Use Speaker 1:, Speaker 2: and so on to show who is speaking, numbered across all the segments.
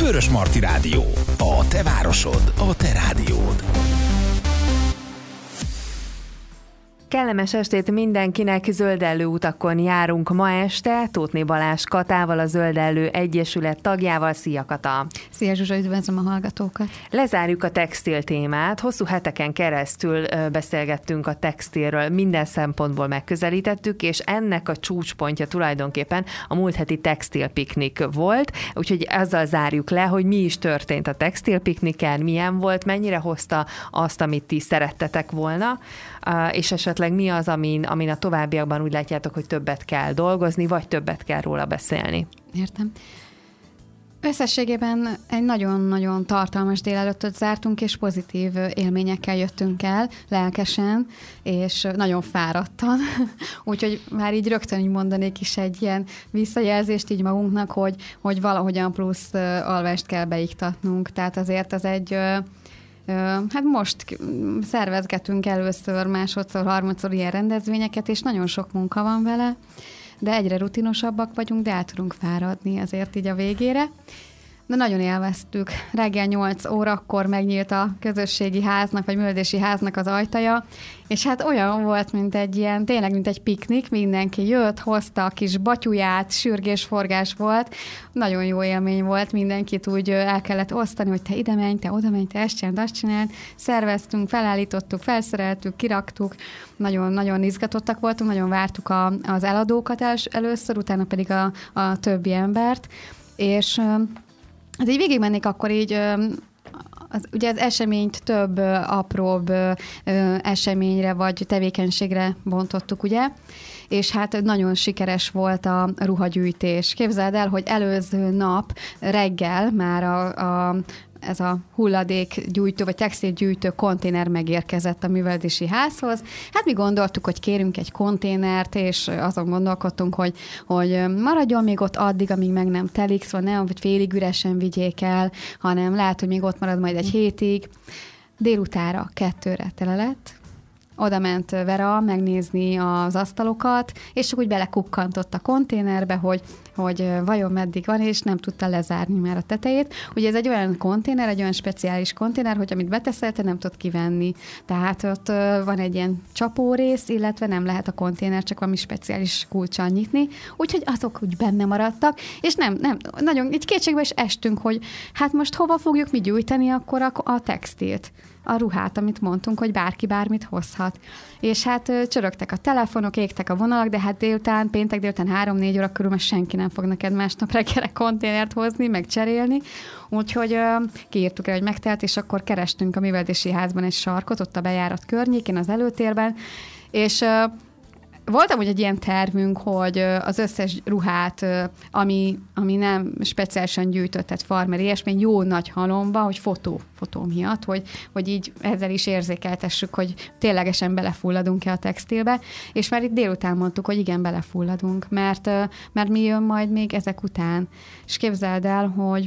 Speaker 1: Vörösmarty Rádió. A te városod, a te rádiód.
Speaker 2: Kellemes estét mindenkinek, Zöldellő utakon járunk ma este, Tóthné Balázs Katával, a Zöldellő Egyesület tagjával. Szia, Kata!
Speaker 3: Szia, Zsuzsa, üdvözlöm a hallgatókat!
Speaker 2: Lezárjuk a textil témát. Hosszú heteken keresztül beszélgettünk a textilről, minden szempontból megközelítettük, és ennek a csúcspontja tulajdonképpen a múlt heti textilpiknik volt, úgyhogy azzal zárjuk le, hogy mi is történt a textilpikniken, milyen volt, mennyire hozta azt, amit ti szerettetek volna, és esetleg mi az, amin a továbbiakban úgy látjátok, hogy többet kell dolgozni, vagy többet kell róla beszélni.
Speaker 3: Értem. Összességében egy nagyon-nagyon tartalmas délelőttöt zártunk, és pozitív élményekkel jöttünk el, lelkesen, és nagyon fáradtan. Úgyhogy már így rögtön így mondanék is egy ilyen visszajelzést így magunknak, hogy valahogyan plusz alvást kell beiktatnunk. Tehát azért az egy... Hát most szervezgetünk először, másodszor, harmadszor ilyen rendezvényeket, és nagyon sok munka van vele, de egyre rutinosabbak vagyunk, de át tudunk fáradni azért így a végére. De nagyon élveztük. Reggel 8 órakor megnyílt a közösségi háznak, vagy művelődési háznak az ajtaja, és hát olyan volt, mint egy ilyen, tényleg, mint egy piknik, mindenki jött, hozta a kis batyuját, sürgés-forgás volt, nagyon jó élmény volt, mindenkit úgy el kellett osztani, hogy te ide menj, te oda menj, te ezt csináld, azt csináld. Szerveztünk, felállítottuk, felszereltük, kiraktuk, nagyon-nagyon izgatottak voltunk, nagyon vártuk az eladókat először, utána pedig a többi embert, és hát így végigmennék, akkor így ugye az eseményt több apróbb eseményre vagy tevékenységre bontottuk, ugye? És hát nagyon sikeres volt a ruhagyűjtés. Képzeld el, hogy előző nap reggel már ez a hulladékgyűjtő, vagy textilgyűjtő konténer megérkezett a művelődési házhoz. Hát mi gondoltuk, hogy kérünk egy konténert, és azon gondolkodtunk, hogy maradjon még ott addig, amíg meg nem telik, szóval nem, hogy félig üresen vigyék el, hanem lehet, hogy még ott marad majd egy hétig. Délutánra 2-re tele lett. Oda ment Vera megnézni az asztalokat, és csak úgy belekukkantott a konténerbe, hogy vajon meddig van, és nem tudta lezárni már a tetejét. Ugye ez egy olyan konténer, egy olyan speciális konténer, hogy amit beteszel, te nem tudod kivenni. Tehát ott van egy ilyen csapórész, illetve nem lehet a konténer csak valami speciális kulccsal nyitni, úgyhogy azok úgy benne maradtak, és nem, nagyon így kétségbe is estünk, hogy hát most hova fogjuk mi gyűjteni akkor a textilt, a ruhát, amit mondtunk, hogy bárki bármit hozhat. És hát csörögtek a telefonok, égtek a vonalak, de hát péntek délután 3-4 óra körül már senki nem fog neked másnap reggelre konténert hozni, meg cserélni. Úgyhogy kiírtuk el, hogy megtelt, és akkor kerestünk a művelődési házban egy sarkot, ott a bejárat környékén, az előtérben, és volt amúgy egy ilyen tervünk, hogy az összes ruhát, ami nem speciálisan gyűjtött, tehát farmer, ilyesmi, jó nagy halomba, hogy fotó miatt, hogy így ezzel is érzékeltessük, hogy ténylegesen belefulladunk-e a textilbe, és már itt délután mondtuk, hogy igen, belefulladunk, mert mi jön majd még ezek után. És képzeld el, hogy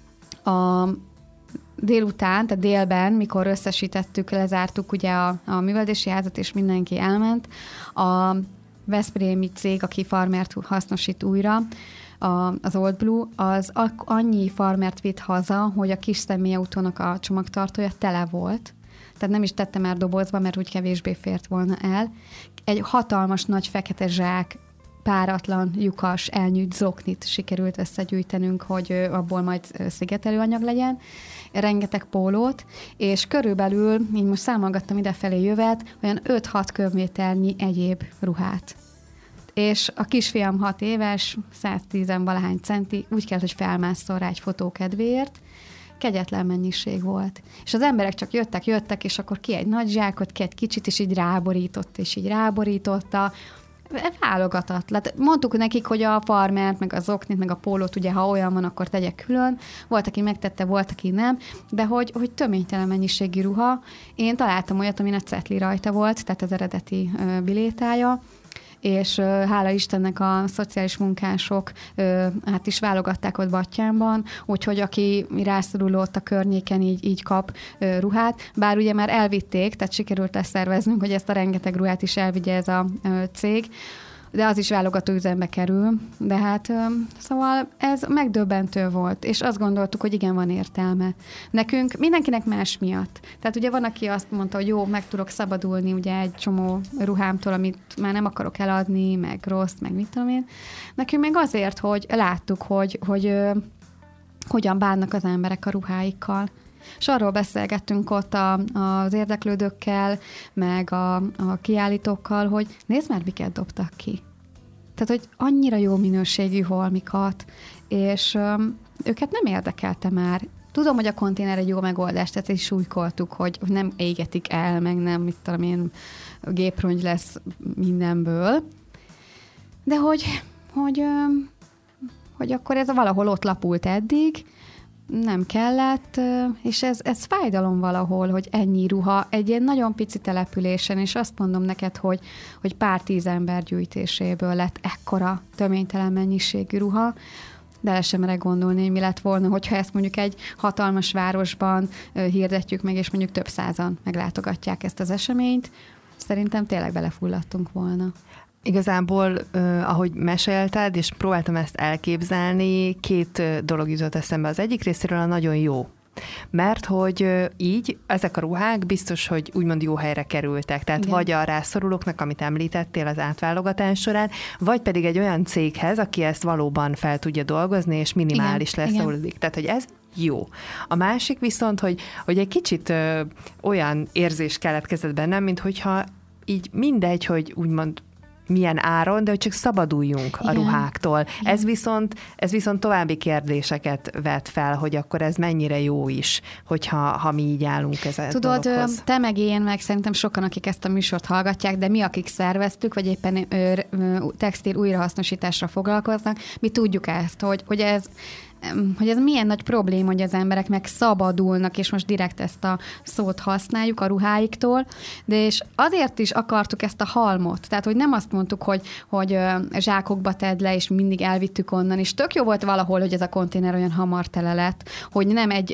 Speaker 3: délután, tehát délben, mikor összesítettük, lezártuk ugye a művelődési házat, és mindenki elment, a veszprémi cég, aki farmert hasznosít újra, az Old Blue, az annyi farmert vitt haza, hogy a kis személyautónak a csomagtartója tele volt, tehát nem is tette már dobozba, mert úgy kevésbé fért volna el. Egy hatalmas nagy fekete zsák, páratlan, lyukas, elnyűjt zoknit sikerült összegyűjtenünk, hogy abból majd szigetelőanyag legyen, rengeteg pólót, és körülbelül, így most számolgattam idefelé jövet, olyan 5-6 köbméternyi egyéb ruhát. És a kisfiam 6 éves, 110-valahány centi, úgy kellett, hogy felmásszol rá egy fotó kedvéért, kegyetlen mennyiség volt. És az emberek csak jöttek, és akkor ki egy nagy zsákot, ki egy kicsit, és így ráborította, válogatott. Mondtuk nekik, hogy a farmert, meg az oknit, meg a pólót, ugye, ha olyan van, akkor tegye külön. Volt, aki megtette, volt, aki nem, de hogy töménytelen mennyiségű ruha. Én találtam olyat, amin a cetli rajta volt, tehát az eredeti bilétája, és hála Istennek a szociális munkások hát is válogatták ott Battyánban, úgyhogy aki rászoruló ott a környéken így kap ruhát, bár ugye már elvitték, tehát sikerült leszerveznünk, hogy ezt a rengeteg ruhát is elvigye ez a cég. de az is válogató üzembe kerül, de hát szóval ez megdöbbentő volt, és azt gondoltuk, hogy igen, van értelme. Nekünk mindenkinek más miatt. Tehát ugye van, aki azt mondta, hogy jó, meg tudok szabadulni ugye egy csomó ruhámtól, amit már nem akarok eladni, meg rossz, meg mit tudom én. Nekünk meg azért, hogy láttuk, hogy hogyan bánnak az emberek a ruháikkal. És arról beszélgettünk ott az érdeklődőkkel, meg a kiállítókkal, hogy nézd már, miket dobtak ki. Tehát, hogy annyira jó minőségű holmikat, és őket nem érdekelte már. Tudom, hogy a konténer egy jó megoldás, tehát is súlykoltuk, hogy nem égetik el, meg nem, mit tudom én, géprongy lesz mindenből. De hogy akkor ez valahol ott lapult eddig, nem kellett, és ez fájdalom valahol, hogy ennyi ruha egy ilyen nagyon pici településen, és azt mondom neked, hogy pár 10 ember gyűjtéséből lett ekkora töménytelen mennyiségű ruha, de el sem merek gondolni, hogy mi lett volna, hogyha ezt mondjuk egy hatalmas városban hirdetjük meg, és mondjuk több százan meglátogatják ezt az eseményt. Szerintem tényleg belefulladtunk volna.
Speaker 2: Igazából, ahogy mesélted, és próbáltam ezt elképzelni, 2 dolog jutott eszembe. Az egyik részéről a nagyon jó. Mert hogy így ezek a ruhák biztos, hogy úgymond jó helyre kerültek. Tehát igen. Vagy a rászorulóknak, amit említettél az átválogatás során, vagy pedig egy olyan céghez, aki ezt valóban fel tudja dolgozni, és minimális lesz a hulladék. Tehát, hogy ez jó. A másik viszont, hogy egy kicsit olyan érzés keletkezett bennem, mint hogyha így mindegy, hogy úgymond milyen áron, de hogy csak szabaduljunk a ruháktól. Ez viszont további kérdéseket vet fel, hogy akkor ez mennyire jó is, hogyha mi így állunk ezen
Speaker 3: Tudod,
Speaker 2: dologhoz.
Speaker 3: Te meg én, meg szerintem sokan, akik ezt a műsort hallgatják, de mi, akik szerveztük, vagy éppen textil újrahasznosításra foglalkoznak, mi tudjuk ezt, hogy ez milyen nagy probléma, hogy az emberek meg szabadulnak, és most direkt ezt a szót használjuk a ruháiktól, de és azért is akartuk ezt a halmot, tehát hogy nem azt mondtuk, hogy zsákokba tedd le, és mindig elvittük onnan, és tök jó volt valahol, hogy ez a konténer olyan hamar tele lett, hogy nem egy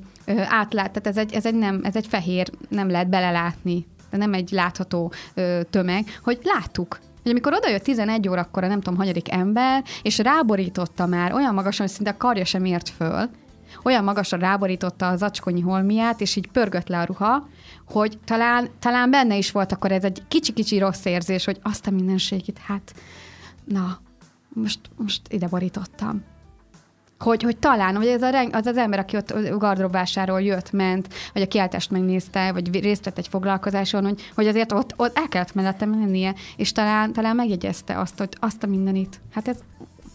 Speaker 3: tehát ez egy fehér, nem lehet belelátni, de nem egy látható tömeg, hogy láttuk. Hogy amikor odajött 11 órakor a nem tudom, hanyadik ember, és ráborította már olyan magasan, hogy szinte a karja sem ért föl, olyan magasra ráborította a zacskonyi holmiát, és így pörgött le a ruha, hogy talán benne is volt akkor ez egy kicsi-kicsi rossz érzés, hogy azt a mindenségit, hát na, most ide borítottam. Hogy talán, hogy az ember, aki ott gardróbvásáról jött, ment, vagy a kiáltást megnézte, vagy részt vett egy foglalkozáson, hogy azért ott el kellett mellette mennie, és talán megjegyezte azt, hogy azt a mindenit. Hát ez,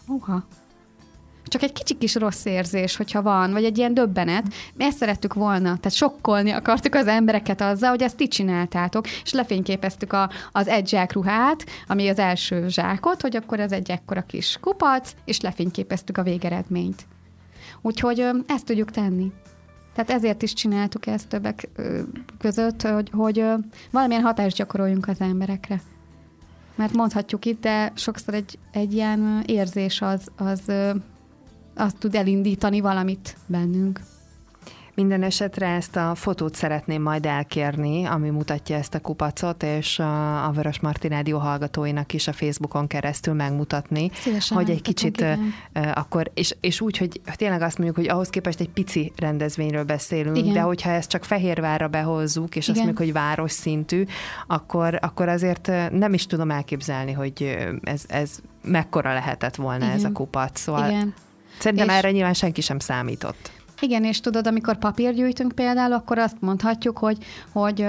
Speaker 3: csak egy kicsi kis rossz érzés, hogyha van, vagy egy ilyen döbbenet. Mi ezt szerettük volna, tehát sokkolni akartuk az embereket azzal, hogy ezt ti csináltátok, és lefényképeztük az egy zsákruhát, ami az első zsákot, hogy akkor ez egy ekkora kis kupac, és lefényképeztük a végeredményt. Úgyhogy ezt tudjuk tenni. Tehát ezért is csináltuk ezt többek között, hogy valamilyen hatást gyakoroljunk az emberekre. Mert mondhatjuk itt, de sokszor egy ilyen érzés az azt tud elindítani valamit bennünk.
Speaker 2: Minden esetre ezt a fotót szeretném majd elkérni, ami mutatja ezt a kupacot, és a Vörös Marti Rádió hallgatóinak is a Facebookon keresztül megmutatni,
Speaker 3: szívesen
Speaker 2: hogy egy kicsit akkor, és úgy, hogy tényleg azt mondjuk, hogy ahhoz képest egy pici rendezvényről beszélünk, igen. De hogyha ezt csak Fehérvárra behozzuk, és igen. Azt mondjuk, hogy város szintű, akkor azért nem is tudom elképzelni, hogy ez mekkora lehetett volna igen. Ez a kupac. Szóval igen. Szerintem erre nyilván senki sem számított.
Speaker 3: Igen, és tudod, amikor papírt gyűjtünk például, akkor azt mondhatjuk, hogy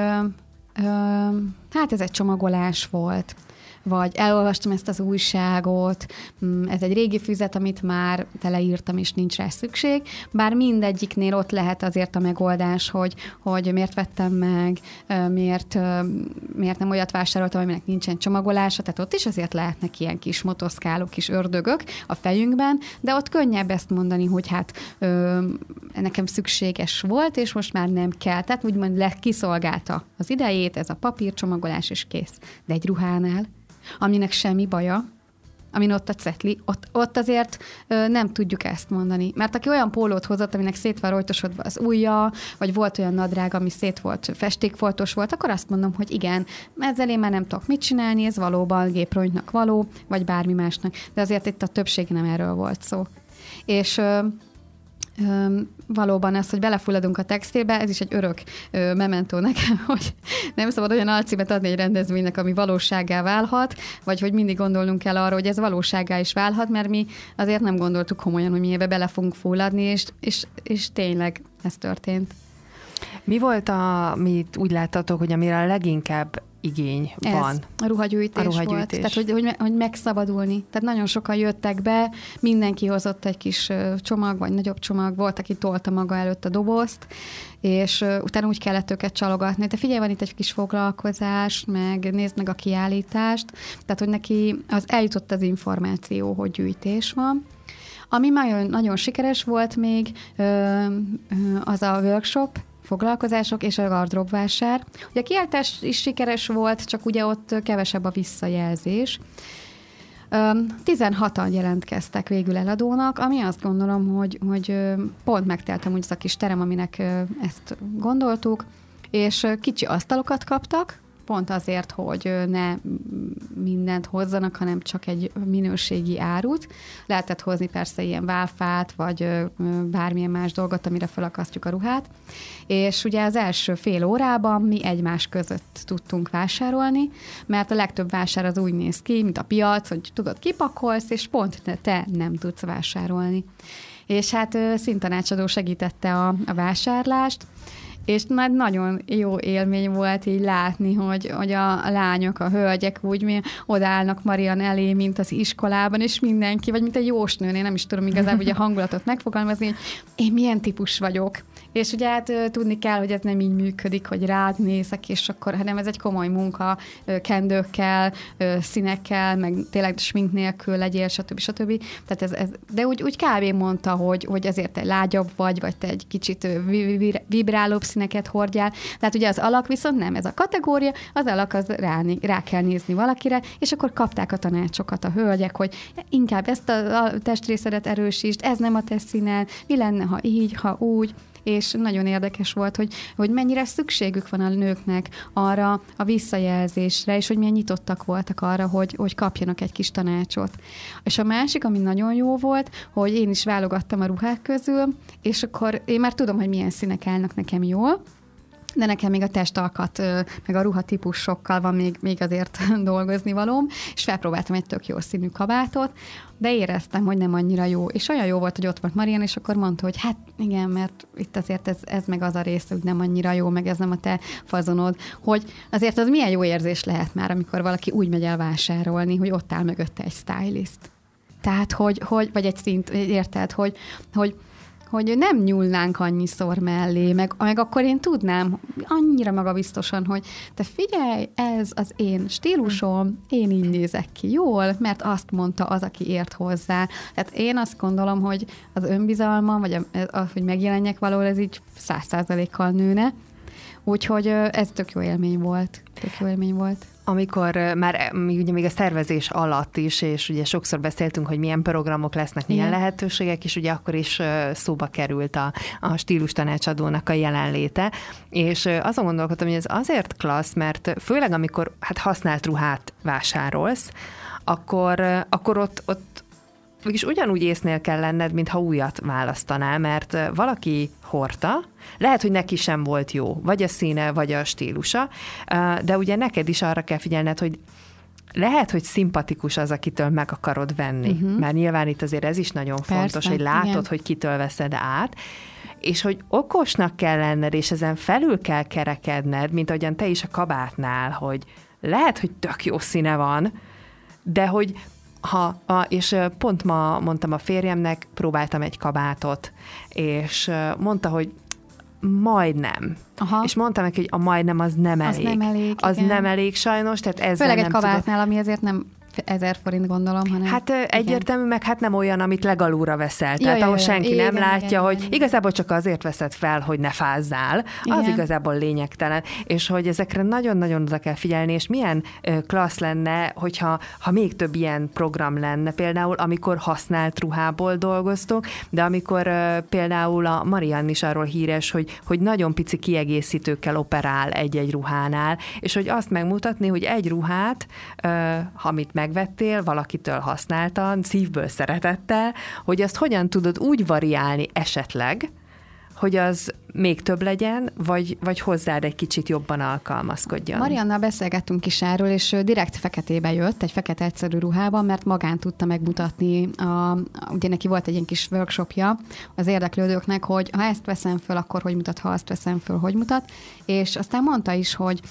Speaker 3: hát ez egy csomagolás volt, vagy elolvastam ezt az újságot, ez egy régi füzet, amit már teleírtam, és nincs rá szükség, bár mindegyiknél ott lehet azért a megoldás, hogy miért vettem meg, miért nem olyat vásároltam, aminek nincsen csomagolása, tehát ott is azért lehetnek ilyen kis motoszkálók, kis ördögök a fejünkben, de ott könnyebb ezt mondani, hogy hát nekem szükséges volt, és most már nem kell. Tehát úgymond kiszolgálta az idejét, ez a papírcsomagolás, és kész. De egy ruhánál, aminek semmi baja, amin ott a cetli, ott azért nem tudjuk ezt mondani. Mert aki olyan pólót hozott, aminek szét van rojtosodva az ujja, vagy volt olyan nadrág, ami szét volt, festékfoltos volt, akkor azt mondom, hogy igen, ezzel én már nem tudok mit csinálni, ez valóban géprongynak való, vagy bármi másnak. De azért itt a többség nem erről volt szó. És valóban ez, hogy belefulladunk a textilbe, ez is egy örök mementó nekem, hogy nem szabad olyan alcímet adni egy rendezvénynek, ami valósággá válhat, vagy hogy mindig gondolnunk kell arra, hogy ez valósággá is válhat, mert mi azért nem gondoltuk komolyan, hogy mi ebbe bele fogunk fulladni, és tényleg ez történt.
Speaker 2: Mi volt, amit úgy láttatok, hogy amire a leginkább igény van?
Speaker 3: A ruhagyűjtés volt. Tehát, hogy megszabadulni. Tehát nagyon sokan jöttek be, mindenki hozott egy kis csomag, vagy nagyobb csomag, volt, aki tolta maga előtt a dobozt, és utána úgy kellett őket csalogatni. De figyelj, van itt egy kis foglalkozás, meg nézd meg a kiállítást. Tehát, hogy neki eljutott az információ, hogy gyűjtés van. Ami nagyon, nagyon sikeres volt még, az a workshop, foglalkozások és a gardróbvásár. Ugye a kiállítás is sikeres volt, csak ugye ott kevesebb a visszajelzés. 16-an jelentkeztek végül eladónak, ami azt gondolom, hogy pont megteltem úgy az a kis terem, aminek ezt gondoltuk, és kicsi asztalokat kaptak, pont azért, hogy ne mindent hozzanak, hanem csak egy minőségi árut. Lehetett hozni persze ilyen válfát, vagy bármilyen más dolgot, amire felakasztjuk a ruhát. És ugye az első fél órában mi egymás között tudtunk vásárolni, mert a legtöbb vásár az úgy néz ki, mint a piac, hogy tudod, kipakolsz, és pont te nem tudsz vásárolni. És hát színtanácsadó segítette a vásárlást, és nagyon jó élmény volt így látni, hogy a lányok, a hölgyek úgy odaállnak Marian elé, mint az iskolában, és mindenki, vagy mint egy jósnőn, én nem is tudom igazából ugye a hangulatot megfogalmazni, hogy én milyen típus vagyok. És ugye hát tudni kell, hogy ez nem így működik, hogy rád nézek, és akkor, hanem ez egy komoly munka, kendőkkel, színekkel, meg tényleg smink nélkül legyél, stb. Tehát ez, de úgy kb. Mondta, hogy azért te lágyabb vagy te egy kicsit vibrálóbb színeket hordjál. Tehát ugye az alak viszont nem ez a kategória, az alak az rá kell nézni valakire, és akkor kapták a tanácsokat a hölgyek, hogy inkább ezt a testrészedet erősítsd, ez nem a te színed, mi lenne, ha így, ha úgy. És nagyon érdekes volt, hogy mennyire szükségük van a nőknek arra a visszajelzésre, és hogy milyen nyitottak voltak arra, hogy kapjanak egy kis tanácsot. És a másik, ami nagyon jó volt, hogy én is válogattam a ruhák közül, és akkor én már tudom, hogy milyen színek állnak nekem jól, de nekem még a testalkat, meg a ruhatípusokkal van még azért dolgozni valóm, és felpróbáltam egy tök jó színű kabátot, de éreztem, hogy nem annyira jó. És olyan jó volt, hogy ott volt Marian, és akkor mondta, hogy hát igen, mert itt azért ez meg az a rész, hogy nem annyira jó, meg ez nem a te fazonod, hogy azért az milyen jó érzés lehet már, amikor valaki úgy megy el vásárolni, hogy ott áll mögötte egy stylist. Tehát, hogy vagy egy szint, érted, hogy nem nyúlnánk annyiszor mellé, meg akkor én tudnám annyira magabiztosan, hogy te figyelj, ez az én stílusom, én így nézek ki jól, mert azt mondta az, aki ért hozzá. Tehát én azt gondolom, hogy az önbizalmam, vagy hogy megjelenjek valahol, ez így 100%-kal nőne. Úgyhogy ez tök jó élmény volt.
Speaker 2: Amikor már ugye még a szervezés alatt is, és ugye sokszor beszéltünk, hogy milyen programok lesznek, milyen lehetőségek, és ugye akkor is szóba került a stílus tanácsadónak a jelenléte, és azon gondolkodtam, hogy ez azért klassz, mert főleg amikor használt ruhát vásárolsz, akkor ott mégis ugyanúgy észnél kell lenned, mintha újat választanál, mert valaki hordta, lehet, hogy neki sem volt jó, vagy a színe, vagy a stílusa, de ugye neked is arra kell figyelned, hogy lehet, hogy szimpatikus az, akitől meg akarod venni, mert nyilván itt azért ez is nagyon fontos, hogy látod, igen, hogy kitől veszed át, és hogy okosnak kell lenned, és ezen felül kell kerekedned, mint ahogyan te is a kabátnál, hogy lehet, hogy tök jó színe van, de hogy és pont ma mondtam a férjemnek, próbáltam egy kabátot, és mondta, hogy majdnem. Aha. És mondtam neki, hogy a majdnem az nem elég.
Speaker 3: Az nem elég,
Speaker 2: az
Speaker 3: igen,
Speaker 2: nem elég sajnos, tehát ezzel
Speaker 3: főleg
Speaker 2: nem
Speaker 3: egy kabátnál, ami azért nem 1000 forint gondolom, hanem...
Speaker 2: Hát egyértelmű, meg hát nem olyan, amit legalúra veszel. Tehát ahol senki nem látja, hogy igazából csak azért veszed fel, hogy ne fázzál. Az igazából lényegtelen. És hogy ezekre nagyon-nagyon oda kell figyelni, és milyen klassz lenne, hogyha még több ilyen program lenne, például amikor használt ruhából dolgoztok, de amikor például a Mariann is arról híres, hogy nagyon pici kiegészítőkkel operál egy-egy ruhánál, és hogy azt megmutatni, hogy egy ruhát, amit megvettél, valakitől használtan, szívből, szeretettel, hogy azt hogyan tudod úgy variálni esetleg, hogy az még több legyen, vagy hozzád egy kicsit jobban alkalmazkodjon.
Speaker 3: Mariannal beszélgettünk is erről, és direkt feketébe jött, egy fekete egyszerű ruhában, mert magán tudta megmutatni, ugye neki volt egy ilyen kis workshopja az érdeklődőknek, hogy ha ezt veszem föl, akkor hogy mutat, ha azt veszem föl, hogy mutat, és aztán mondta is, hogy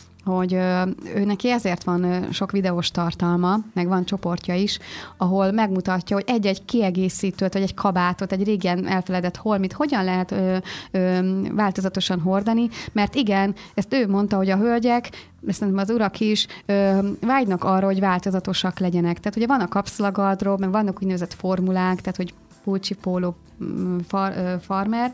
Speaker 3: ő neki ezért van sok videós tartalma, meg van csoportja is, ahol megmutatja, hogy egy-egy kiegészítőt, vagy egy kabátot, egy régen elfeledett holmit hogyan lehet változatosan hordani, mert igen, ezt ő mondta, hogy a hölgyek, szerintem az urak is vágynak arra, hogy változatosak legyenek. Tehát ugye van a kapszulagardrób, meg vannak úgynevezett formulák, tehát hogy pulcsi, póló, farmer,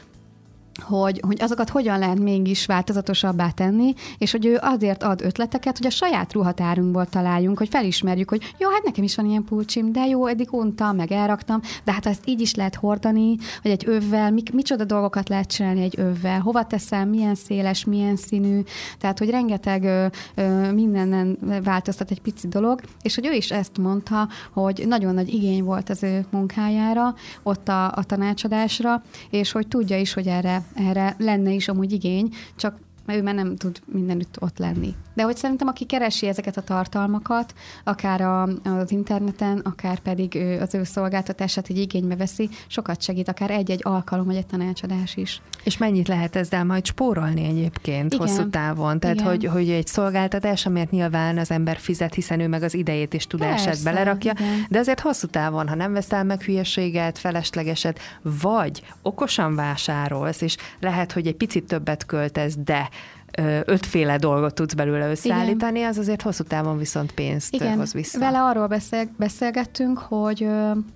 Speaker 3: hogy azokat hogyan lehet mégis változatosabbá tenni, és hogy ő azért ad ötleteket, hogy a saját ruhatárunkból találjunk, hogy felismerjük, hogy jó, hát nekem is van ilyen pulcsim, de jó, eddig untam, meg elraktam, de hát ezt így is lehet hordani, hogy egy övvel, micsoda dolgokat lehet csinálni egy övvel, hova teszem, milyen széles, milyen színű, tehát, hogy rengeteg mindenen változtat egy pici dolog, és hogy ő is ezt mondta, hogy nagyon nagy igény volt az ő munkájára, ott a tanácsadásra, és hogy tudja is, hogy erre lenne is amúgy igény, csak ő már nem tud mindenütt ott lenni. De hogy szerintem, aki keresi ezeket a tartalmakat, akár az interneten, akár pedig az ő szolgáltatását egy igénybe veszi, sokat segít, akár egy-egy alkalom, vagy egy tanácsadás is.
Speaker 2: És mennyit lehet ezzel majd spórolni egyébként hosszú távon? Tehát, hogy egy szolgáltatás, amért nyilván az ember fizet, hiszen ő meg az idejét és tudását belerakja, de azért hosszú távon, ha nem veszel meg hülyeséget, feleslegeset, vagy okosan vásárolsz, és lehet, hogy egy picit többet költesz, de 5 féle dolgot tudsz belőle összeállítani, az azért hosszú távon viszont pénzt hoz vissza.
Speaker 3: Vele arról beszélgettünk, hogy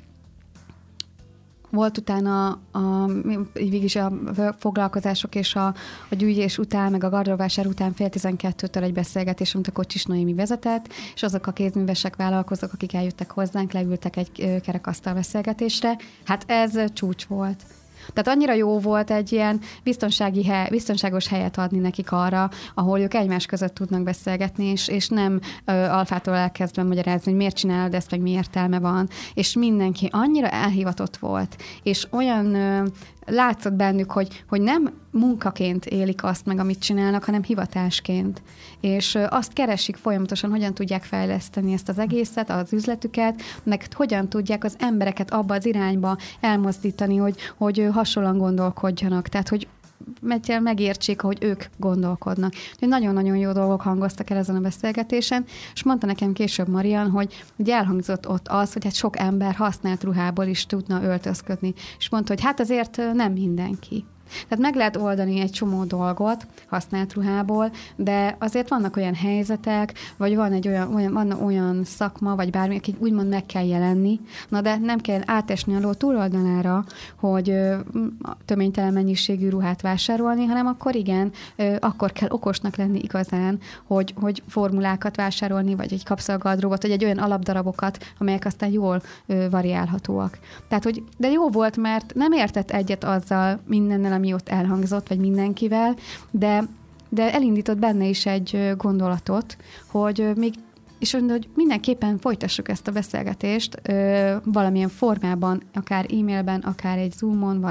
Speaker 3: volt utána végig a foglalkozások és a gyűjtés után, meg a gardróbvásár után 11:30-től egy beszélgetés, amit a Kocsis Noémi vezetett, és azok a kézművesek, vállalkozók, akik eljöttek hozzánk, leültek egy kerekasztal beszélgetésre. Hát ez csúcs volt. Tehát annyira jó volt egy ilyen biztonságos helyet adni nekik arra, ahol ők egymás között tudnak beszélgetni, és nem alfától elkezdve magyarázni, hogy miért csinálod ezt, meg mi értelme van. És mindenki annyira elhivatott volt, és olyan látszott bennük, hogy nem munkaként élik azt meg, amit csinálnak, hanem hivatásként. És azt keresik folyamatosan, hogyan tudják fejleszteni ezt az egészet, az üzletüket, meg hogyan tudják az embereket abba az irányba elmozdítani, hogy hasonlóan gondolkodjanak. Tehát, hogy megértsék, ahogy ők gondolkodnak. Nagyon-nagyon jó dolgok hangoztak el ezen a beszélgetésen, és mondta nekem később Mariann, hogy ugye elhangzott ott az, hogy hát sok ember használt ruhából is tudna öltözködni, és mondta, hogy hát azért nem mindenki. Tehát meg lehet oldani egy csomó dolgot használt ruhából, de azért vannak olyan helyzetek, vagy van olyan szakma, vagy bármi, aki úgymond meg kell jelenni, na de nem kell átesni a ló túloldalára, hogy töménytelen mennyiségű ruhát vásárolni, hanem akkor igen, akkor kell okosnak lenni igazán, hogy formulákat vásárolni, vagy egy kapszalgardróbot, vagy egy olyan alapdarabokat, amelyek aztán jól variálhatóak. Tehát, de jó volt, mert nem értett egyet azzal mindennel, ami ott elhangzott, vagy mindenkivel, de elindított benne is egy gondolatot, hogy még és mondta, hogy mindenképpen folytassuk ezt a beszélgetést valamilyen formában, akár e-mailben, akár egy Zoomon,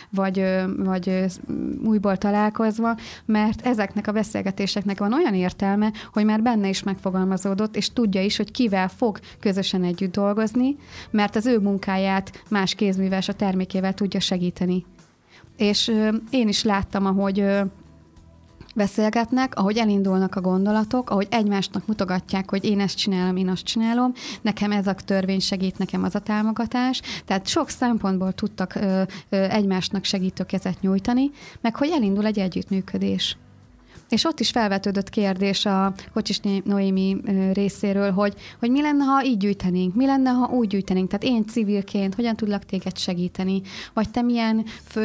Speaker 3: vagy újból találkozva, mert ezeknek a beszélgetéseknek van olyan értelme, hogy már benne is megfogalmazódott, és tudja is, hogy kivel fog közösen együtt dolgozni, mert az ő munkáját más kézműves a termékével tudja segíteni. És én is láttam, ahogy beszélgetnek, ahogy elindulnak a gondolatok, ahogy egymásnak mutogatják, hogy én ezt csinálom, én azt csinálom, nekem ez a törvény segít, nekem az a támogatás. Tehát sok szempontból tudtak egymásnak segítő kezet nyújtani, meg hogy elindul egy együttműködés. És ott is felvetődött kérdés a Kocsis Noémi részéről, hogy mi lenne, ha így gyűjtenénk, mi lenne, ha úgy gyűjtenénk. Tehát én civilként hogyan tudlak téged segíteni, vagy te milyen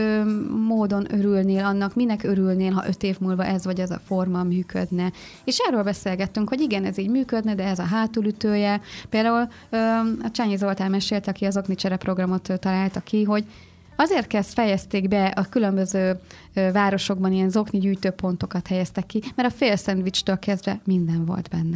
Speaker 3: módon örülnél annak, minek örülnél, ha 5 év múlva ez vagy az a forma működne. És erről beszélgettünk, hogy igen, ez így működne, de ez a hátulütője. Például a Csányi Zoltán mesélt, aki az Oknicsere programot találta ki, hogy azért fejezték be a különböző városokban ilyen zokni gyűjtőpontokat helyeztek ki, mert a fél szendvicstől kezdve minden volt benne.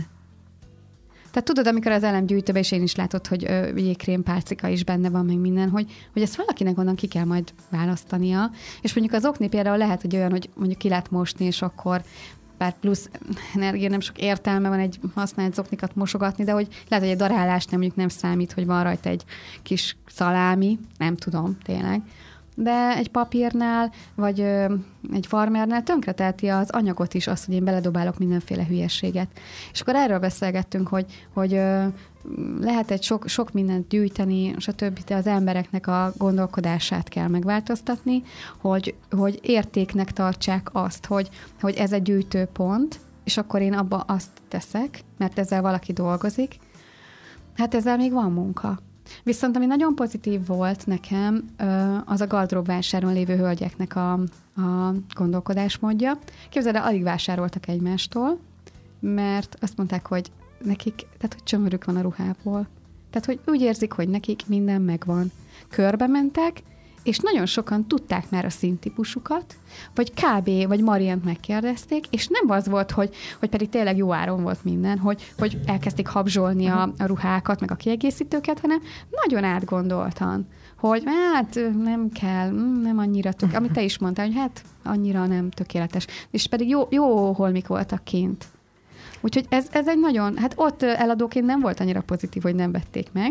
Speaker 3: Tehát tudod, amikor az elemgyűjtőben, és én is látod, hogy jégkrém pálcika is benne van, meg minden, hogy ezt valakinek onnan ki kell majd választania. És mondjuk az okni például lehet, hogy olyan, hogy mondjuk ki lehet mosni, és akkor bár plusz energia, nem sok értelme van egy használt zoknikat mosogatni, de hogy lehet, hogy egy darálásnál mondjuk nem számít, hogy van rajta egy kis szalámi, nem tudom, tényleg. De egy papírnál, vagy egy farmernál tönkretelti az anyagot is azt, hogy én beledobálok mindenféle hülyességet. És akkor erről beszélgettünk, hogy lehet egy sok mindent gyűjteni, stb., de az embereknek a gondolkodását kell megváltoztatni, hogy értéknek tartsák azt, hogy ez egy gyűjtőpont, és akkor én abba azt teszek, mert ezzel valaki dolgozik. Hát ezzel még van munka. Viszont ami nagyon pozitív volt nekem, az a gardróbvásáron lévő hölgyeknek a gondolkodásmódja. Képzeld el, alig vásároltak egymástól, mert azt mondták, hogy nekik, tehát hogy csömörük van a ruhából. Tehát, hogy úgy érzik, hogy nekik minden megvan. Körbe mentek, és nagyon sokan tudták már a színtípusukat, vagy kb. Vagy Mariant megkérdezték, és nem az volt, hogy pedig tényleg jó áron volt minden, hogy elkezdték habzsolni a ruhákat, meg a kiegészítőket, hanem nagyon átgondoltan, hogy hát nem kell, nem annyira amit te is mondtál, hogy hát annyira nem tökéletes. És pedig jó holmik voltak kint. Úgyhogy ez egy nagyon, hát ott eladóként nem volt annyira pozitív, hogy nem vették meg,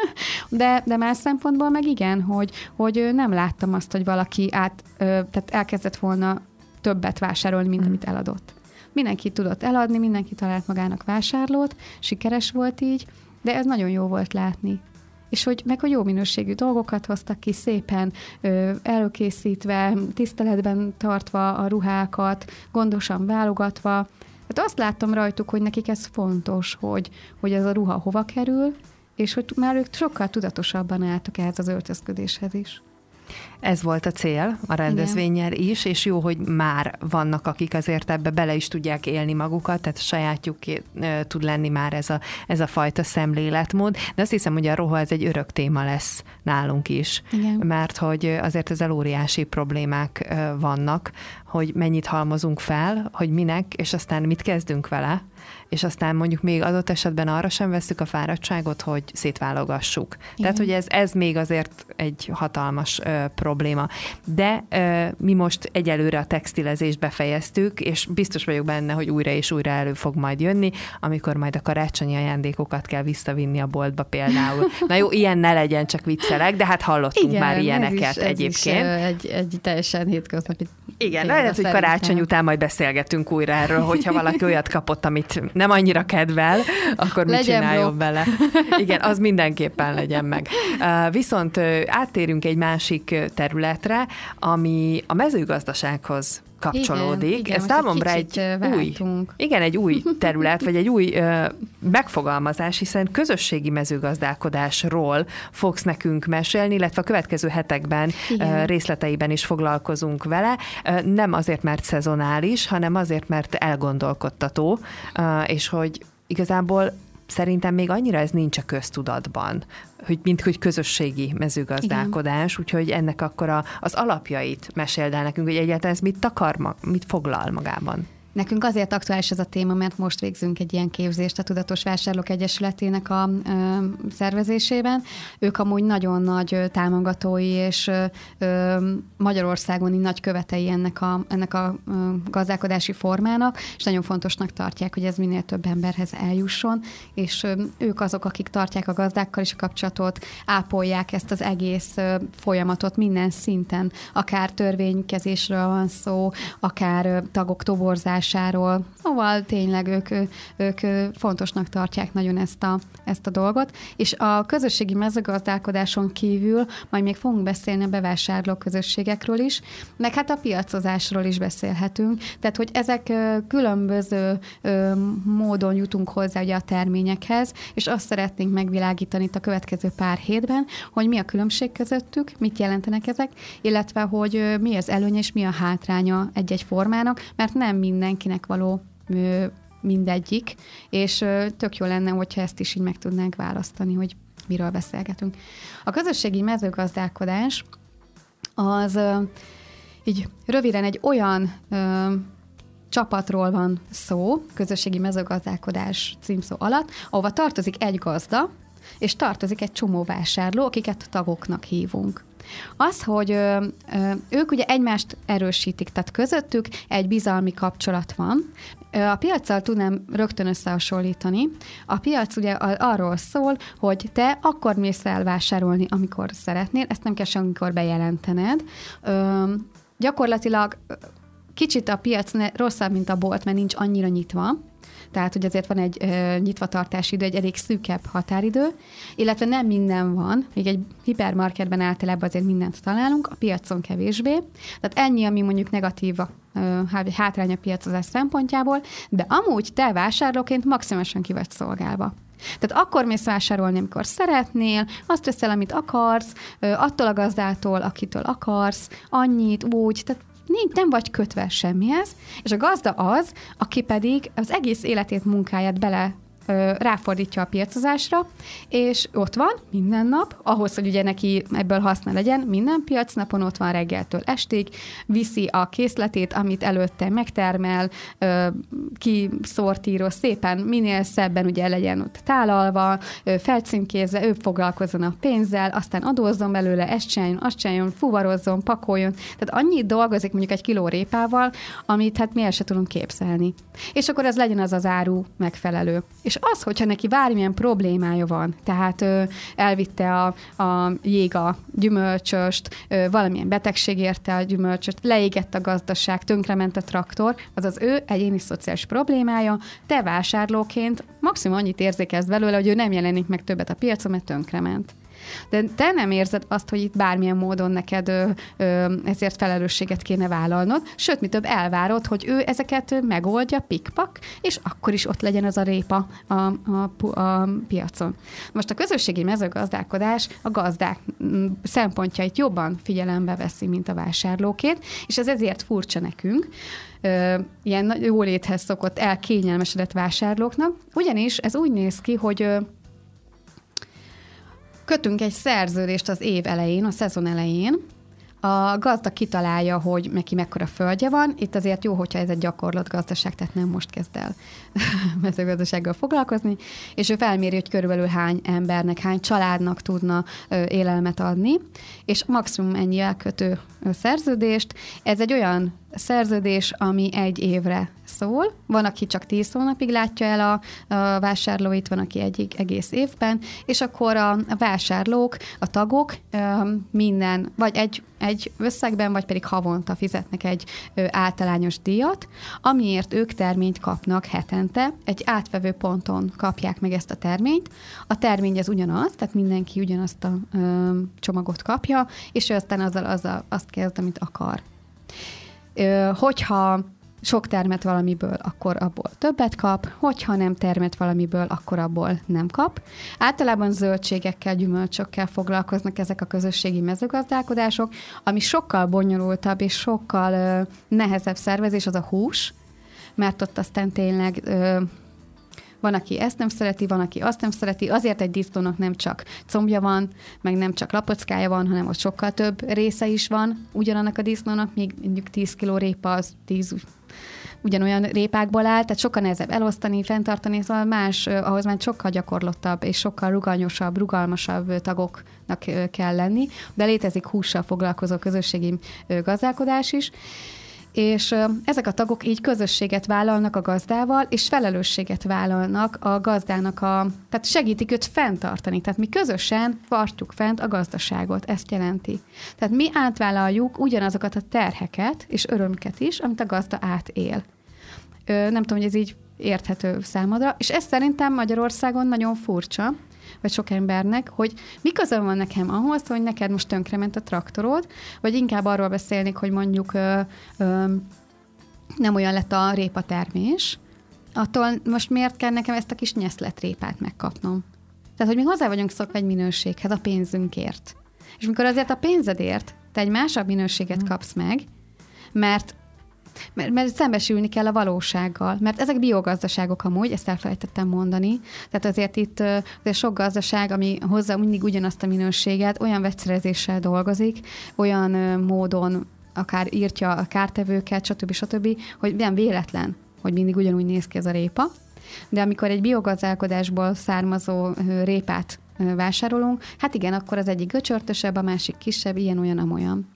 Speaker 3: de más szempontból meg igen, hogy nem láttam azt, hogy valaki tehát elkezdett volna többet vásárolni, mint amit eladott. Mindenki tudott eladni, mindenki talált magának vásárlót, sikeres volt így, de ez nagyon jó volt látni. És hogy jó minőségű dolgokat hoztak ki, szépen előkészítve, tiszteletben tartva a ruhákat, gondosan válogatva. Hát azt láttam rajtuk, hogy nekik ez fontos, hogy ez a ruha hova kerül, és hogy már ők sokkal tudatosabban álltak ehhez az öltözködéshez is.
Speaker 2: Ez volt a cél a rendezvénnyel is, és jó, hogy már vannak, akik azért ebbe bele is tudják élni magukat, tehát sajátjuk tud lenni már ez a fajta szemléletmód, de azt hiszem, hogy a roha ez egy örök téma lesz nálunk is, igen. Mert hogy azért ezzel óriási problémák vannak, hogy mennyit halmozunk fel, hogy minek, és aztán mit kezdünk vele, és aztán mondjuk még adott esetben arra sem vesszük a fáradtságot, hogy szétválogassuk. Igen. Tehát, hogy ez még azért egy hatalmas probléma. De mi most egyelőre a textilezést befejeztük, és biztos vagyok benne, hogy újra és újra elő fog majd jönni, amikor majd a karácsonyi ajándékokat kell visszavinni a boltba például. Na jó, ilyen ne legyen, csak viccelek, de hát hallottunk igen, már ilyeneket egyébként.
Speaker 3: Is egy teljesen hétköznapi.
Speaker 2: Igen, lehet, hogy karácsony után majd beszélgetünk újra erről, hogyha valaki olyat kapott, amit nem annyira kedvel, akkor mit csináljon vele? Igen, az mindenképpen legyen meg. Viszont áttérünk egy másik területre, ami a mezőgazdasághoz kapcsolódik.
Speaker 3: Igen,
Speaker 2: ez számomra egy új terület, vagy egy új megfogalmazás, hiszen közösségi mezőgazdálkodásról fogsz nekünk mesélni, illetve a következő hetekben részleteiben is foglalkozunk vele. Nem azért, mert szezonális, hanem azért, mert elgondolkodtató, és hogy igazából szerintem még annyira ez nincs a köztudatban, hogy közösségi mezőgazdálkodás, igen. Úgyhogy ennek akkor az alapjait meséld el nekünk, hogy egyáltalán ez mit foglal magában.
Speaker 3: Nekünk azért aktuális ez a téma, mert most végzünk egy ilyen képzést a Tudatos Vásárlók Egyesületének a szervezésében. Ők amúgy nagyon nagy támogatói, és Magyarországon nagy követei ennek a gazdálkodási formának, és nagyon fontosnak tartják, hogy ez minél több emberhez eljusson, és ők azok, akik tartják a gazdákkal is a kapcsolatot, ápolják ezt az egész folyamatot minden szinten, akár törvénykezésről van szó, akár tagok toborzás, vásárol. Szóval tényleg ők fontosnak tartják nagyon ezt a dolgot, és a közösségi mezőgazdálkodáson kívül majd még fogunk beszélni a bevásárló közösségekről is, meg hát a piacozásról is beszélhetünk, tehát hogy ezek különböző módon jutunk hozzá ugye a terményekhez, és azt szeretnénk megvilágítani itt a következő pár hétben, hogy mi a különbség közöttük, mit jelentenek ezek, illetve hogy mi az előny és mi a hátránya egy-egy formának, mert nem mindenkinek való mindegyik, és tök jó lenne, hogyha ezt is így meg tudnánk választani, hogy miről beszélgetünk. A közösségi mezőgazdálkodás az így röviden egy olyan csapatról van szó, közösségi mezőgazdálkodás címszó alatt, ahova tartozik egy gazda, és tartozik egy csomó vásárló, akiket tagoknak hívunk. Az, hogy ők ugye egymást erősítik, tehát közöttük egy bizalmi kapcsolat van. A piaccal tudnám rögtön összehasonlítani. A piac ugye arról szól, hogy te akkor mész el vásárolni, amikor szeretnél, ezt nem kell semmikor bejelentened. Gyakorlatilag kicsit a piac rosszabb, mint a bolt, mert nincs annyira nyitva. Tehát, hogy azért van egy nyitvatartási idő, egy elég szűkebb határidő, illetve nem minden van, még egy hipermarketben általában azért mindent találunk, a piacon kevésbé. Tehát ennyi, ami mondjuk negatív hátrány a piacozás szempontjából, de amúgy te vásárlóként maximálisan ki vagy szolgálva. Tehát akkor mész vásárolni, amikor szeretnél, azt veszel, amit akarsz, attól a gazdától, akitől akarsz, annyit, úgy, tehát nem vagy kötve semmihez, és a gazda az, aki pedig az egész életét, munkáját ráfordítja a piacozásra, és ott van minden nap, ahhoz, hogy ugye neki ebből haszna legyen, minden piacnapon ott van reggeltől estig, viszi a készletét, amit előtte megtermel, kiszortíroz szépen, minél szebben ugye legyen ott tálalva, felcímkézve, ő foglalkozzon a pénzzel, aztán adózzon belőle, ezt csináljon, fuvarozzon, pakoljon, tehát annyit dolgozik mondjuk egy kiló répával, amit hát mi el se tudunk képzelni. És akkor ez legyen az áru megfelelő. És az, hogyha neki bármilyen problémája van, tehát elvitte a jég a gyümölcsöst, valamilyen betegség érte a gyümölcsöst, leégett a gazdaság, tönkrement a traktor, az az ő egyéni szociális problémája, te vásárlóként maximum annyit érzékelsz belőle, hogy ő nem jelenik meg többet a piacon, mert tönkrement. De te nem érzed azt, hogy itt bármilyen módon neked ezért felelősséget kéne vállalnod, sőt, mi több elvárod, hogy ő ezeket megoldja, pikpak, és akkor is ott legyen az a répa a piacon. Most a közösségi mezőgazdálkodás a gazdák szempontjait jobban figyelembe veszi, mint a vásárlókét, és ez ezért furcsa nekünk, ilyen jóléthez szokott elkényelmesedett vásárlóknak, ugyanis ez úgy néz ki, hogy kötünk egy szerződést az év elején, a szezon elején, a gazda kitalálja, hogy neki mekkora földje van. Itt azért jó, hogyha ez egy gyakorlott gazdaság, tehát nem most kezd el mezőgazdasággal foglalkozni, és ő felméri, hogy körülbelül hány embernek, hány családnak tudna élelmet adni, és maximum ennyi elkötő szerződést. Ez egy olyan szerződés, ami egy évre szól. Van, aki csak 10 hónapig látja el a vásárlóit, van, aki egész évben, és akkor a vásárlók, a tagok minden, vagy egy összegben, vagy pedig havonta fizetnek egy általányos díjat, amiért ők terményt kapnak hetente, egy átvevő ponton kapják meg ezt a terményt. A termény az ugyanaz, tehát mindenki ugyanazt a csomagot kapja, és ő aztán azzal azt kezd, amit akar. Hogyha sok termet valamiből, akkor abból többet kap, hogyha nem termet valamiből, akkor abból nem kap. Általában zöldségekkel, gyümölcsökkel foglalkoznak ezek a közösségi mezőgazdálkodások, ami sokkal bonyolultabb és sokkal nehezebb szervezés, az a hús, mert ott aztán tényleg van, aki ezt nem szereti, van, aki azt nem szereti. Azért egy disznónak nem csak combja van, meg nem csak lapockája van, hanem ott sokkal több része is van ugyanannak a disznónak, még mondjuk 10 kg répa az 10 ugyanolyan répákból áll, tehát sokkal nehezebb elosztani, fenntartani, szóval más, ahhoz már sokkal gyakorlottabb és sokkal rugalmasabb tagoknak kell lenni, de létezik hússal foglalkozó közösségi gazdálkodás is, és ezek a tagok így közösséget vállalnak a gazdával, és felelősséget vállalnak a gazdának, tehát segítik őt fenntartani. Tehát mi közösen tartjuk fent a gazdaságot, ezt jelenti. Tehát mi átvállaljuk ugyanazokat a terheket és örömöket is, amit a gazda átél. Nem tudom, hogy ez így érthető számodra, és ez szerintem Magyarországon nagyon furcsa, vagy sok embernek, hogy mi köze van nekem ahhoz, hogy neked most tönkrement a traktorod, vagy inkább arról beszélnék, hogy mondjuk nem olyan lett a répatermés, attól most miért kell nekem ezt a kis nyeszlet répát megkapnom? Tehát, hogy mi hozzá vagyunk szokva egy minőséghez a pénzünkért. És mikor azért a pénzedért te egy másabb minőséget kapsz meg, mert szembesülni kell a valósággal, mert ezek biogazdaságok amúgy, ezt elfelejtettem mondani, tehát azért itt azért sok gazdaság, ami hozzá mindig ugyanazt a minőséget, olyan vegyszerezéssel dolgozik, olyan módon akár írtja a kártevőket, stb., hogy nem véletlen, hogy mindig ugyanúgy néz ki ez a répa, de amikor egy biogazdálkodásból származó répát vásárolunk, hát igen, akkor az egyik göcsörtösebb, a másik kisebb, ilyen-olyan, amolyan.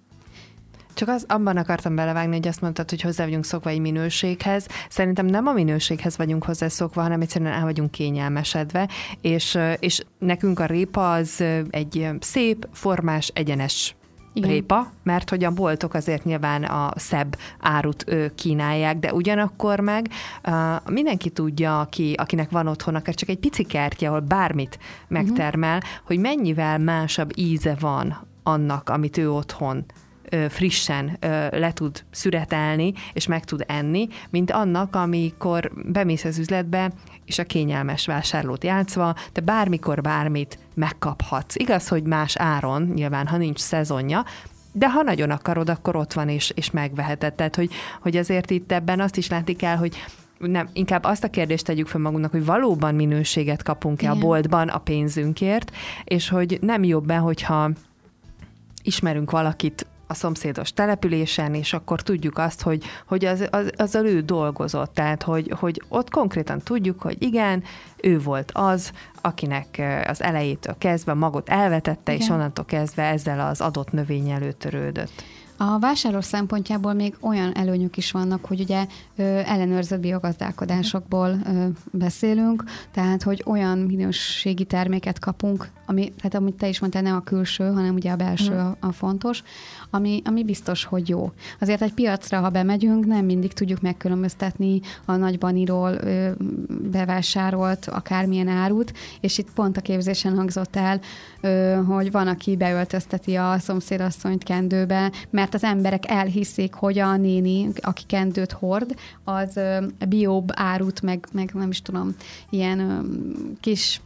Speaker 2: Csak abban akartam belevágni, hogy azt mondtad, hogy hozzá vagyunk szokva egy minőséghez. Szerintem nem a minőséghez vagyunk hozzászokva, hanem egyszerűen el vagyunk kényelmesedve, és nekünk a répa az egy szép, formás, egyenes répa, mert hogy a boltok azért nyilván a szebb árut kínálják, de ugyanakkor meg mindenki tudja, akinek van otthon akár csak egy pici kertje, ahol bármit megtermel, hogy mennyivel másabb íze van annak, amit ő otthon frissen le tud szüretelni, és meg tud enni, mint annak, amikor bemész az üzletbe, és a kényelmes vásárlót játszva, te bármikor bármit megkaphatsz. Igaz, hogy más áron, nyilván, ha nincs szezonja, de ha nagyon akarod, akkor ott van, és megveheted. Tehát, hogy azért itt ebben azt is látni kell, hogy nem, inkább azt a kérdést tegyük fel magunknak, hogy valóban minőséget kapunk-e a boltban a pénzünkért, és hogy nem jobb-e, hogyha ismerünk valakit a szomszédos településen, és akkor tudjuk azt, hogy azzal ő dolgozott. Tehát, hogy ott konkrétan tudjuk, hogy igen, ő volt az, akinek az elejétől kezdve magot elvetette, igen, és onnantól kezdve ezzel az adott növény előtörődött.
Speaker 3: A vásárló szempontjából még olyan előnyök is vannak, hogy ugye ellenőrzött biogazdálkodásokból beszélünk, tehát hogy olyan minőségi terméket kapunk, tehát amit te is mondtál, nem a külső, hanem ugye a belső a fontos, ami biztos, hogy jó. Azért egy piacra, ha bemegyünk, nem mindig tudjuk megkülönböztetni a nagybaniról bevásárolt akármilyen árut, és itt pont a képzésen hangzott el, hogy van, aki beöltözteti a szomszédasszonyt kendőbe, mert az emberek elhiszik, hogy a néni, aki kendőt hord, az bióbb árut, meg nem is tudom, ilyen kis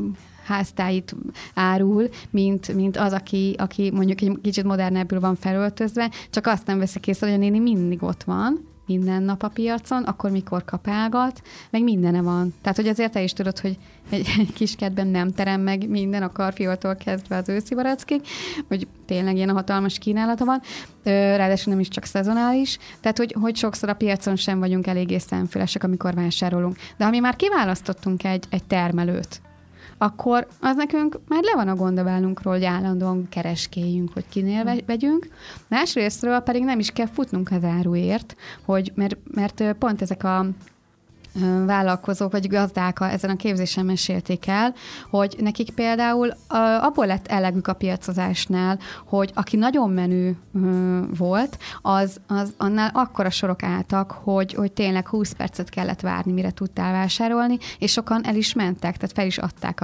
Speaker 3: háztáit árul, mint az, aki mondjuk egy kicsit modernebbül van felöltözve, csak azt nem veszik észre, hogy a néni mindig ott van, minden nap a piacon, akkor mikor kapálgat, meg mindene van. Tehát, hogy azért te is tudod, hogy egy kiskertben nem terem meg minden, a karfioltól kezdve az őszi barackig, hogy tényleg ilyen hatalmas kínálata van, ráadásul nem is csak szezonális, tehát, hogy sokszor a piacon sem vagyunk eléggé szemfülesek, amikor vásárolunk. De ha mi már kiválasztottunk egy termelőt, akkor az nekünk már le van a gondobálunkról, hogy állandóan kereskéljünk, hogy kinél vegyünk. Másrésztről pedig nem is kell futnunk az áruért, mert pont ezek a vállalkozók vagy gazdák ezen a képzésen mesélték el, hogy nekik például abból lett elegük a piacozásnál, hogy aki nagyon menő volt, az annál akkora sorok álltak, hogy tényleg 20 percet kellett várni, mire tudtál vásárolni, és sokan el is mentek, tehát fel is adták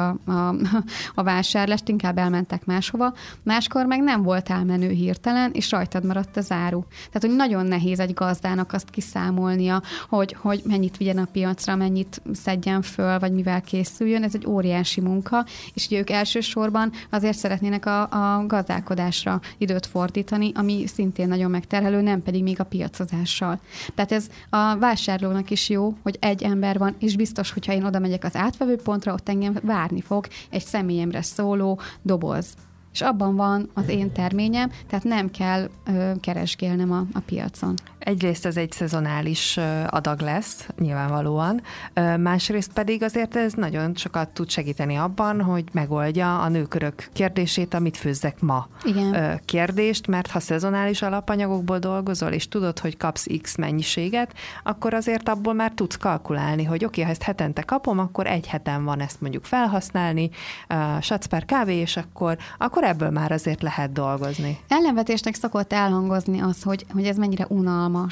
Speaker 3: a vásárlást, inkább elmentek máshova. Máskor meg nem voltál menő hirtelen, és rajtad maradt az áru. Tehát, hogy nagyon nehéz egy gazdának azt kiszámolnia, hogy mennyit vigyen a piacra, mennyit szedjen föl, vagy mivel készüljön. Ez egy óriási munka, és ugye ők elsősorban azért szeretnének a gazdálkodásra időt fordítani, ami szintén nagyon megterhelő, nem pedig még a piacozással. Tehát ez a vásárlónak is jó, hogy egy ember van, és biztos, hogyha én oda megyek az átvevőpontra, ott engem várni fog egy személyemre szóló doboz. És abban van az én terményem, tehát nem kell keresgélnem a piacon.
Speaker 2: Egyrészt ez egy szezonális adag lesz, nyilvánvalóan. Másrészt pedig azért ez nagyon sokat tud segíteni abban, hogy megoldja a nőkörök kérdését, amit főzzek ma.
Speaker 3: Igen.
Speaker 2: Kérdést, mert ha szezonális alapanyagokból dolgozol, és tudod, hogy kapsz X mennyiséget, akkor azért abból már tudsz kalkulálni, hogy oké, ha ezt hetente kapom, akkor egy heten van ezt mondjuk felhasználni, satsz per kávé, és akkor ebből már azért lehet dolgozni.
Speaker 3: Ellenvetésnek szokott elhangozni az, hogy ez mennyire unalmas.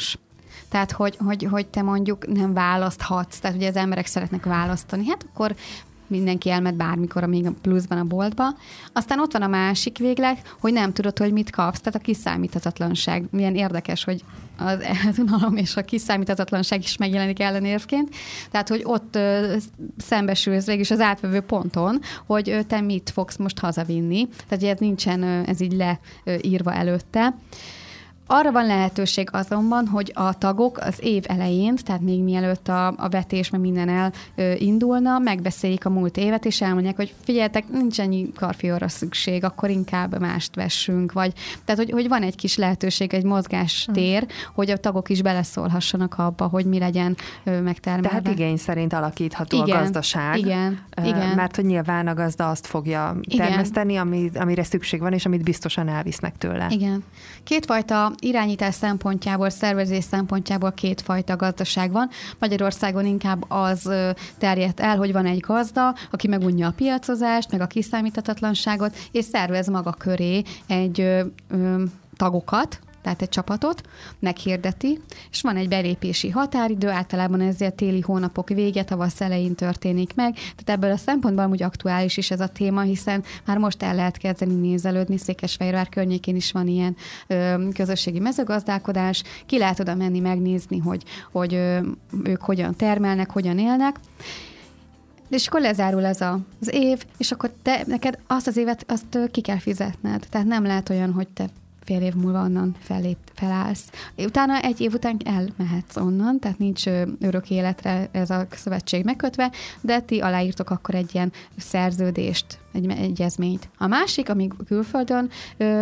Speaker 3: Tehát, hogy te mondjuk nem választhatsz, tehát ugye az emberek szeretnek választani, hát akkor mindenki elmegy bármikor, amíg pluszban a boltba. Aztán ott van a másik végleg, hogy nem tudod, hogy mit kapsz, tehát a kiszámíthatatlanság. Milyen érdekes, hogy az unalom és a kiszámíthatatlanság is megjelenik ellenérvként. Tehát, hogy ott szembesülsz végig az átvevő ponton, hogy te mit fogsz most hazavinni. Tehát, hogy ez nincsen ez így leírva előtte. Arra van lehetőség azonban, hogy a tagok az év elején, tehát még mielőtt a vetés, meg minden elindulna, megbeszéljék a múlt évet, és elmondják, hogy figyeljetek, nincs ennyi karfiolra szükség, akkor inkább mást vessünk, vagy tehát, hogy van egy kis lehetőség, egy mozgástér, hogy a tagok is beleszólhassanak abba, hogy mi legyen megtermelve.
Speaker 2: Tehát igény szerint alakítható a gazdaság.
Speaker 3: Igen.
Speaker 2: Mert hogy nyilván a gazda azt fogja termeszteni, amire szükség van, és amit biztosan elvisznek tőle.
Speaker 3: Igen. Kétfajta irányítás szempontjából, szervezés szempontjából kétfajta gazdaság van. Magyarországon inkább az terjedt el, hogy van egy gazda, aki megunja a piacozást, meg a kiszámíthatatlanságot, és szervez maga köré egy tagokat, tehát egy csapatot, meghirdeti, és van egy belépési határidő, általában ezzel téli hónapok vége, tavasz elején történik meg, tehát ebből a szempontból amúgy aktuális is ez a téma, hiszen már most el lehet kezdeni nézelődni, Székesfehérvár környékén is van ilyen közösségi mezőgazdálkodás, ki lehet oda menni megnézni, hogy ők hogyan termelnek, hogyan élnek, és akkor lezárul ez az év, és akkor neked azt az évet azt ki kell fizetned, tehát nem lehet olyan, hogy te fél év múlva onnan felállsz. Utána egy év után elmehetsz onnan, tehát nincs örök életre ez a szövetség megkötve, de ti aláírtok akkor egy ilyen szerződést, egy egyezményt. A másik, ami külföldön,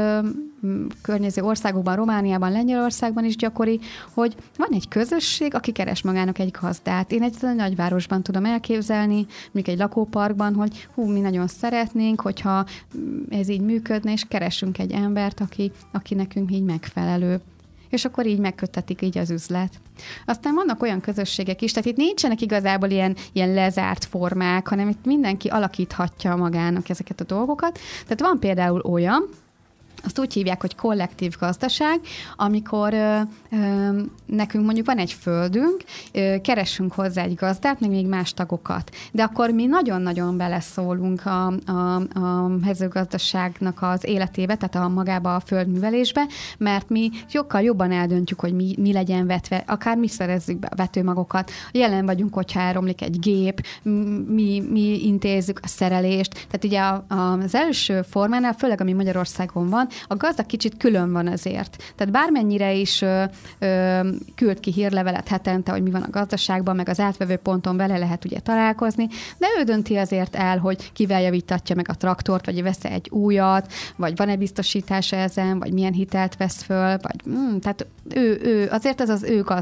Speaker 3: környező országokban, Romániában, Lengyelországban is gyakori, hogy van egy közösség, aki keres magának egy gazdát. Én egy nagyvárosban tudom elképzelni, mondjuk egy lakóparkban, hogy mi nagyon szeretnénk, hogyha ez így működne, és keresünk egy embert, aki nekünk így megfelelő. És akkor így megköttetik így az üzlet. Aztán vannak olyan közösségek is, tehát itt nincsenek igazából ilyen lezárt formák, hanem itt mindenki alakíthatja magának ezeket a dolgokat. Tehát van például olyan, azt úgy hívják, hogy kollektív gazdaság, amikor nekünk mondjuk van egy földünk, keressünk hozzá egy gazdát, meg még más tagokat. De akkor mi nagyon-nagyon beleszólunk a mezőgazdaságnak az életébe, tehát magába a földművelésbe, mert mi sokkal jobban eldöntjük, hogy mi legyen vetve, akár mi szerezzük be a vetőmagokat. Jelen vagyunk, hogyha elromlik egy gép, mi intézzük a szerelést. Tehát ugye az első formánál, főleg ami Magyarországon van, a gazda kicsit külön van azért. Tehát bármennyire is küld ki hírlevelet hetente, hogy mi van a gazdaságban, meg az átvevő ponton vele lehet ugye találkozni, de ő dönti azért el, hogy kivel javítatja meg a traktort, vagy vesz egy újat, vagy van-e biztosítása ezen, vagy milyen hitelt vesz föl, vagy tehát ő azért ez az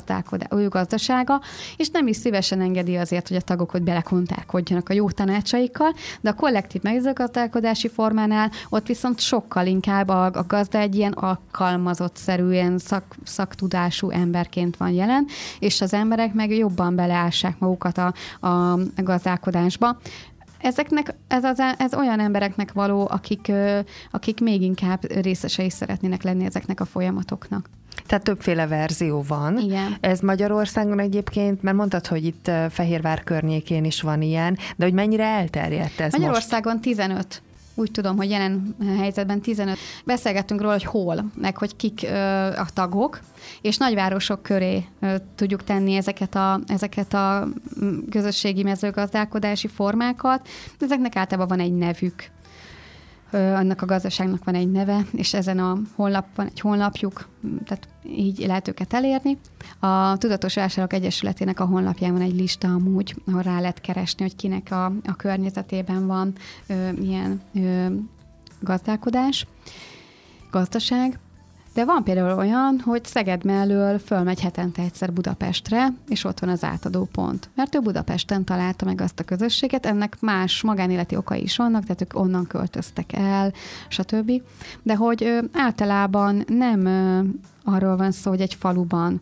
Speaker 3: ő gazdasága, és nem is szívesen engedi azért, hogy a tagok hogy belekontárkodjanak a jó tanácsaikkal, de a kollektív mezőgazdálkodási formánál ott viszont sokkal inkább a gazda egy ilyen alkalmazott-szerűen szaktudású emberként van jelen, és az emberek meg jobban beleássák magukat a gazdálkodásba. Ez olyan embereknek való, akik még inkább részesei szeretnének lenni ezeknek a folyamatoknak.
Speaker 2: Tehát többféle verzió van.
Speaker 3: Igen.
Speaker 2: Ez Magyarországon egyébként, mert mondtad, hogy itt Fehérvár környékén is van ilyen, de hogy mennyire elterjedt ez
Speaker 3: Magyarországon
Speaker 2: most?
Speaker 3: 15. Úgy tudom, hogy jelen helyzetben 15. Beszélgettünk róla, hogy hol, meg hogy kik a tagok, és nagyvárosok köré tudjuk tenni ezeket a közösségi mezőgazdálkodási formákat. Ezeknek általában van egy nevük. Annak a gazdaságnak van egy neve, és ezen a honlapon egy honlapjuk, tehát így lehet őket elérni. A Tudatos Vásárlók Egyesületének a honlapján van egy lista amúgy, ahol rá lehet keresni, hogy kinek a környezetében van ilyen gazdaság. De van például olyan, hogy Szeged mellől fölmegy hetente egyszer Budapestre, és ott van az átadó pont. Mert ő Budapesten találta meg azt a közösséget, ennek más magánéleti okai is vannak, tehát ők onnan költöztek el, stb. De hogy általában nem arról van szó, hogy egy faluban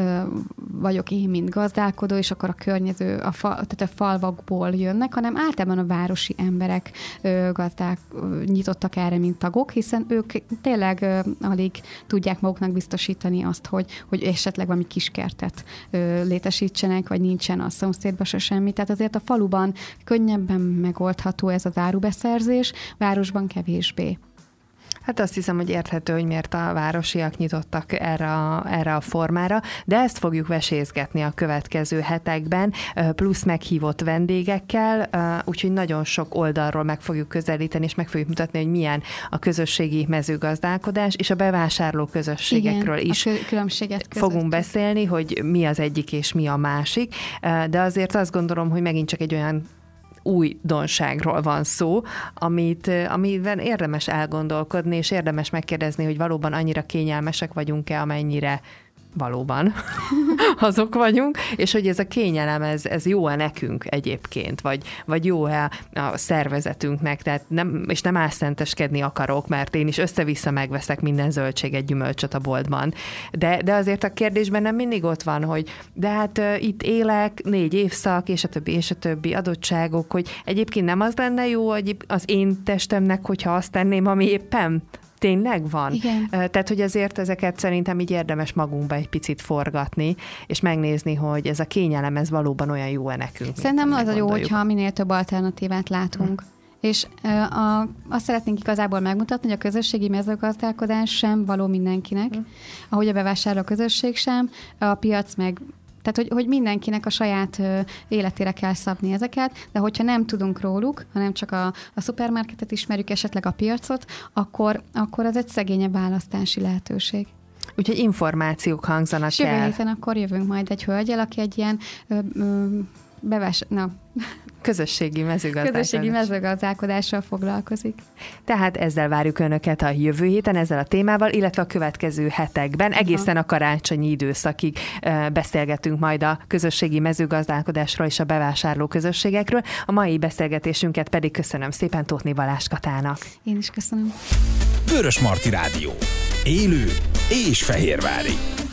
Speaker 3: vagyok én, mint gazdálkodó, és akkor a környező, tehát a falvakból jönnek, hanem általában a városi emberek gazdák nyitottak erre, mint tagok, hiszen ők tényleg alig tudják maguknak biztosítani azt, hogy esetleg valami kiskertet létesítsenek, vagy nincsen a szomszédban se semmi. Tehát azért a faluban könnyebben megoldható ez az árubeszerzés, városban kevésbé.
Speaker 2: Hát azt hiszem, hogy érthető, hogy miért a városiak nyitottak erre a formára, de ezt fogjuk vesézgetni a következő hetekben, plusz meghívott vendégekkel, úgyhogy nagyon sok oldalról meg fogjuk közelíteni, és meg fogjuk mutatni, hogy milyen a közösségi mezőgazdálkodás, és a bevásárló közösségekről is fogunk beszélni, hogy mi az egyik és mi a másik, de azért azt gondolom, hogy megint csak egy olyan újdonságról van szó, amiben érdemes elgondolkodni, és érdemes megkérdezni, hogy valóban annyira kényelmesek vagyunk-e, amennyire valóban azok vagyunk, és hogy ez a kényelem, ez jó-e nekünk egyébként, vagy jó-e a szervezetünknek, tehát nem álszenteskedni akarok, mert én is össze-vissza megveszek minden zöldséget, gyümölcsöt a boltban. De azért a kérdésben nem mindig ott van, hogy de hát itt élek, 4 évszak, és a többi adottságok, hogy egyébként nem az lenne jó az én testemnek, hogyha azt tenném, ami éppen tényleg van?
Speaker 3: Igen.
Speaker 2: Tehát, hogy azért ezeket szerintem így érdemes magunkba egy picit forgatni, és megnézni, hogy ez a kényelem, ez valóban olyan jó-e nekünk.
Speaker 3: Szerintem az a jó, hogyha minél több alternatívát látunk. És azt szeretnénk igazából megmutatni, hogy a közösségi mezőgazdálkodás sem való mindenkinek, ahogy a bevásárló közösség sem, a piac meg. Tehát, hogy mindenkinek a saját életére kell szabni ezeket, de hogyha nem tudunk róluk, hanem csak a szupermarketet ismerjük, esetleg a piacot, akkor az egy szegényebb választási lehetőség.
Speaker 2: Úgyhogy információk hangzanak el.
Speaker 3: Jövő héten akkor jövünk majd egy hölgyel, aki egy ilyen közösségi mezőgazdálkodással foglalkozik.
Speaker 2: Tehát ezzel várjuk Önöket a jövő héten, ezzel a témával, illetve a következő hetekben. Egészen a karácsonyi időszakig beszélgetünk majd a közösségi mezőgazdálkodásról és a bevásárló közösségekről. A mai beszélgetésünket pedig köszönöm szépen Tóth Balást Katának.
Speaker 3: Én is köszönöm.
Speaker 1: Vörösmarty Rádió. Élő és fehérvári.